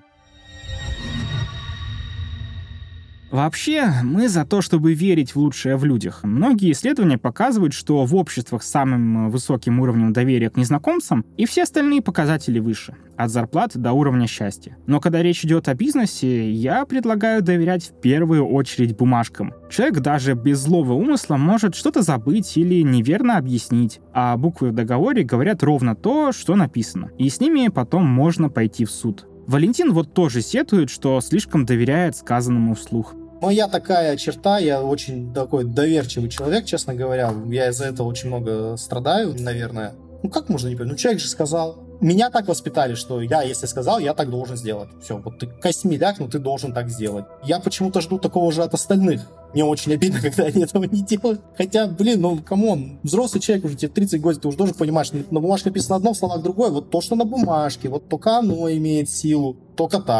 Вообще, мы за то, чтобы верить в лучшее в людях. Многие исследования показывают, что в обществах с самым высоким уровнем доверия к незнакомцам и все остальные показатели выше, от зарплаты до уровня счастья. Но когда речь идет о бизнесе, я предлагаю доверять в первую очередь бумажкам. Человек даже без злого умысла может что-то забыть или неверно объяснить, а буквы в договоре говорят ровно то, что написано, и с ними потом можно пойти в суд. Валентин вот тоже сетует, что слишком доверяет сказанному вслух. Моя такая черта, я очень такой доверчивый человек, честно говоря. Я из-за этого очень много страдаю, наверное. Ну как можно не понять? Ну человек же сказал. Меня так воспитали, что я, если сказал, я так должен сделать. Все, вот ты костьми лягнул, ты должен так сделать. Я почему-то жду такого же от остальных. Мне очень обидно, когда они этого не делают. Хотя, блин, ну камон, взрослый человек уже, тебе тридцать годиков, ты уже должен понимать, что на бумажке написано одно, в словах другое. Вот то, что на бумажке, вот только оно имеет силу, только так.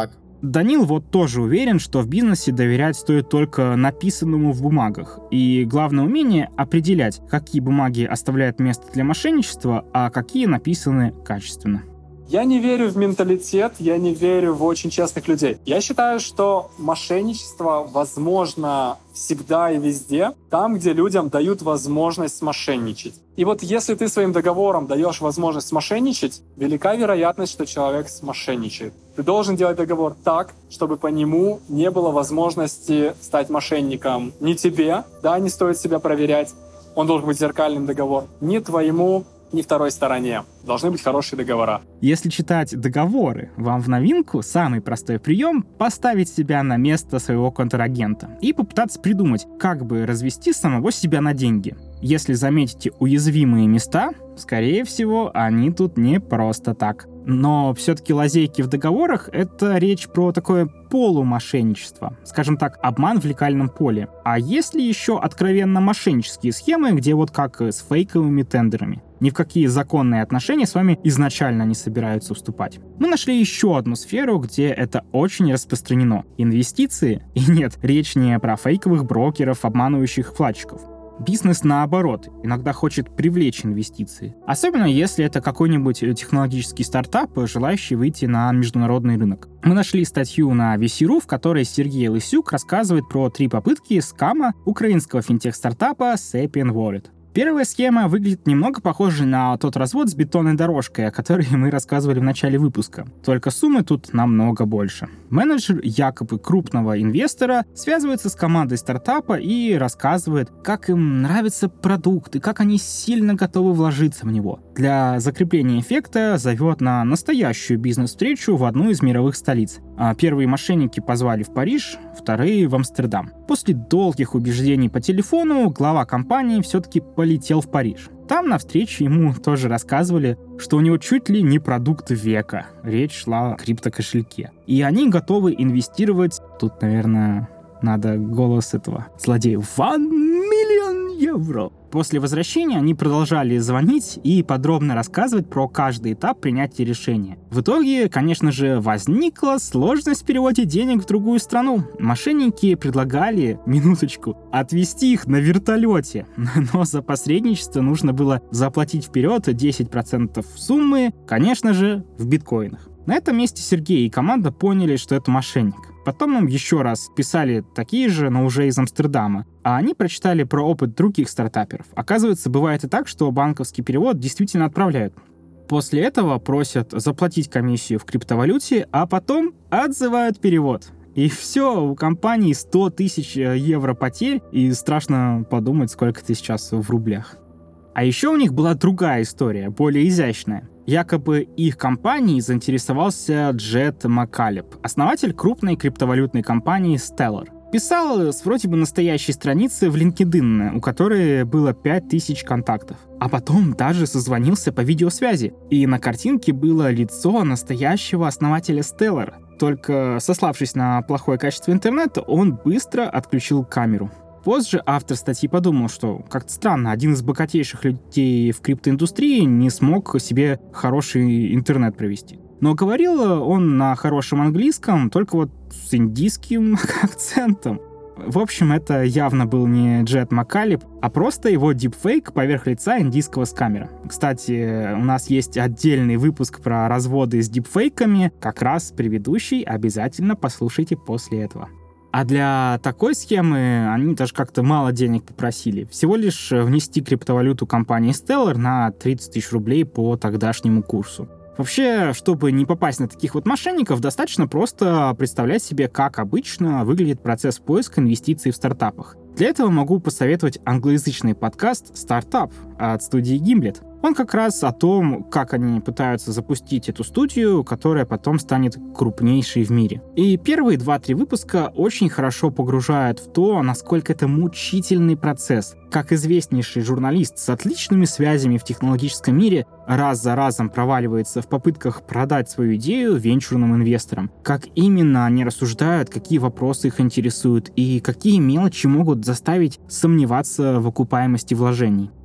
Данил вот тоже уверен, что в бизнесе доверять стоит только написанному в бумагах. И главное умение — определять, какие бумаги оставляют место для мошенничества, а какие написаны качественно. Я не верю в менталитет, я не верю в очень честных людей. Я считаю, что мошенничество возможно всегда и везде, там, где людям дают возможность мошенничать. И вот если ты своим договором даешь возможность мошенничать, велика вероятность, что человек смошенничает. Ты должен делать договор так, чтобы по нему не было возможности стать мошенником ни тебе, да, не стоит себя проверять, он должен быть зеркальным договор, ни твоему, ни второй стороне. Должны быть хорошие договора. Если читать договоры, вам в новинку самый простой прием — поставить себя на место своего контрагента и попытаться придумать, как бы развести самого себя на деньги. Если заметите уязвимые места, скорее всего, они тут не просто так. Но все-таки лазейки в договорах — это речь про такое полумошенничество, скажем так, обман в лекальном поле. А есть ли еще откровенно мошеннические схемы, где вот как с фейковыми тендерами? Ни в какие законные отношения с вами изначально не собираются вступать. Мы нашли еще одну сферу, где это очень распространено. Инвестиции. И нет, речь не про фейковых брокеров, обманывающих вкладчиков. Бизнес, наоборот, иногда хочет привлечь инвестиции. Особенно если это какой-нибудь технологический стартап, желающий выйти на международный рынок. Мы нашли статью на ви си точка ру, в которой Сергей Лысюк рассказывает про три попытки скама украинского финтех-стартапа Sapien Wallet. Первая схема выглядит немного похожей на тот развод с бетонной дорожкой, о которой мы рассказывали в начале выпуска. Только суммы тут намного больше. Менеджер якобы крупного инвестора связывается с командой стартапа и рассказывает, как им нравится продукт и как они сильно готовы вложиться в него. Для закрепления эффекта зовет на настоящую бизнес-встречу в одну из мировых столиц. Первые мошенники позвали в Париж, вторые — в Амстердам. После долгих убеждений по телефону глава компании все-таки полетел в Париж. Там на встрече ему тоже рассказывали, что у него чуть ли не продукт века. Речь шла о криптокошельке. И они готовы инвестировать, тут, наверное, надо голос этого злодея, один миллион евро. После возвращения они продолжали звонить и подробно рассказывать про каждый этап принятия решения. В итоге, конечно же, возникла сложность в переводе денег в другую страну. Мошенники предлагали, минуточку, отвезти их на вертолете, но за посредничество нужно было заплатить вперед десять процентов суммы, конечно же, в биткоинах. На этом месте Сергей и команда поняли, что это мошенник. Потом им еще раз писали такие же, но уже из Амстердама. А они прочитали про опыт других стартаперов. Оказывается, бывает и так, что банковский перевод действительно отправляют. После этого просят заплатить комиссию в криптовалюте, а потом отзывают перевод. И все, у компании сто тысяч евро потерь, и страшно подумать, сколько это сейчас в рублях. А еще у них была другая история, более изящная. Якобы их компанией заинтересовался Джет Маккалеб, основатель крупной криптовалютной компании Stellar. Писал с вроде бы настоящей страницы в LinkedIn, у которой было пять тысяч контактов. А потом даже созвонился по видеосвязи. И на картинке было лицо настоящего основателя Stellar. Только сославшись на плохое качество интернета, он быстро отключил камеру. Позже автор статьи подумал, что как-то странно, один из богатейших людей в криптоиндустрии не смог себе хороший интернет провести. Но говорил он на хорошем английском, только вот с индийским акцентом. В общем, это явно был не Джет Маккалеб, а просто его дипфейк поверх лица индийского скамера. Кстати, у нас есть отдельный выпуск про разводы с дипфейками, как раз предыдущий, обязательно послушайте после этого. А для такой схемы они даже как-то мало денег попросили. Всего лишь внести криптовалюту компании Stellar на тридцать тысяч рублей по тогдашнему курсу. Вообще, чтобы не попасть на таких вот мошенников, достаточно просто представлять себе, как обычно выглядит процесс поиска инвестиций в стартапах. Для этого могу посоветовать англоязычный подкаст «Стартап» от студии Gimlet. Он как раз о том, как они пытаются запустить эту студию, которая потом станет крупнейшей в мире. И первые два-три выпуска очень хорошо погружают в то, насколько это мучительный процесс. Как известнейший журналист с отличными связями в технологическом мире раз за разом проваливается в попытках продать свою идею венчурным инвесторам. Как именно они рассуждают, какие вопросы их интересуют и какие мелочи могут заставить сомневаться в окупаемости вложений.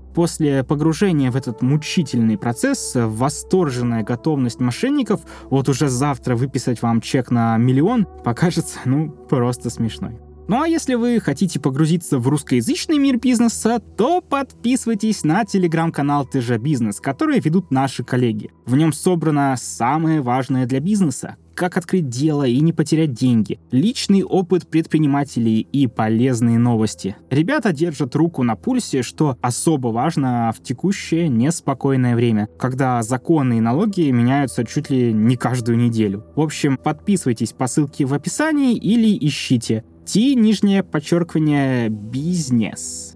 После погружения в этот мучительный процесс, восторженная готовность мошенников вот уже завтра выписать вам чек на миллион покажется, ну, просто смешной. Ну а если вы хотите погрузиться в русскоязычный мир бизнеса, то подписывайтесь на телеграм-канал «Ты же бизнес», который ведут наши коллеги. В нем собрано самое важное для бизнеса: как открыть дело и не потерять деньги, личный опыт предпринимателей и полезные новости. Ребята держат руку на пульсе, что особо важно в текущее неспокойное время, когда законы и налоги меняются чуть ли не каждую неделю. В общем, подписывайтесь по ссылке в описании или ищите Ти, нижнее подчеркивание, бизнес.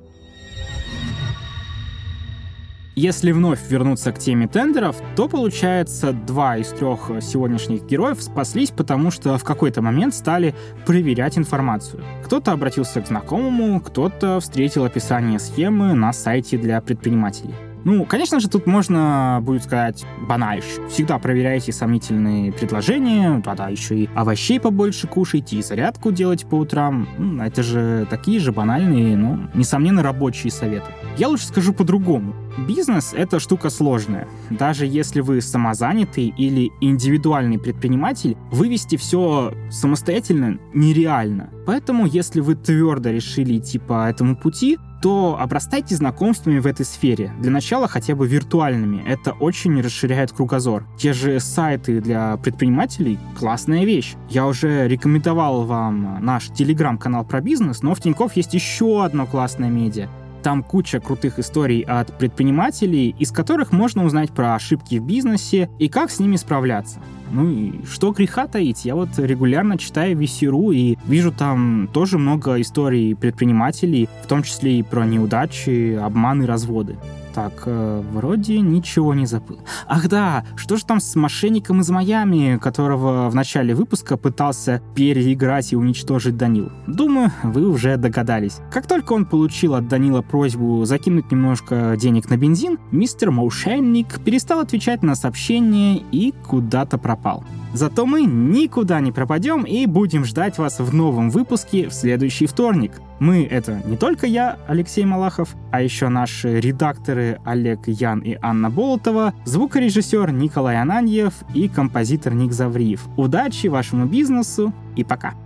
Если вновь вернуться к теме тендеров, то получается, два из трех сегодняшних героев спаслись, потому что в какой-то момент стали проверять информацию. Кто-то обратился к знакомому, кто-то встретил описание схемы на сайте для предпринимателей. Ну, конечно же, тут можно будет сказать банальш. Всегда проверяйте сомнительные предложения, тогда еще и овощей побольше кушайте, и зарядку делать по утрам. Это же такие же банальные, но, несомненно, рабочие советы. Я лучше скажу по-другому. Бизнес — это штука сложная. Даже если вы самозанятый или индивидуальный предприниматель, вывести все самостоятельно нереально. Поэтому, если вы твердо решили идти по этому пути, то обрастайте знакомствами в этой сфере. Для начала хотя бы виртуальными. Это очень расширяет кругозор. Те же сайты для предпринимателей — классная вещь. Я уже рекомендовал вам наш телеграм-канал про бизнес, но в Тинькофф есть еще одно классное медиа. Там куча крутых историй от предпринимателей, из которых можно узнать про ошибки в бизнесе и как с ними справляться. Ну и что греха таить, я вот регулярно читаю ви си точка ру и вижу там тоже много историй предпринимателей, в том числе и про неудачи, обманы, разводы. Так, э, вроде ничего не забыл. Ах да, что же там с мошенником из Майами, которого в начале выпуска пытался переиграть и уничтожить Данил? Думаю, вы уже догадались. Как только он получил от Данила просьбу закинуть немножко денег на бензин, мистер Мошенник перестал отвечать на сообщения и куда-то пропал. Зато мы никуда не пропадем и будем ждать вас в новом выпуске в следующий вторник. Мы — это не только я, Алексей Малахов, а еще наши редакторы Олег Ян и Анна Болотова, звукорежиссер Николай Ананьев и композитор Ник Завриев. Удачи вашему бизнесу и пока!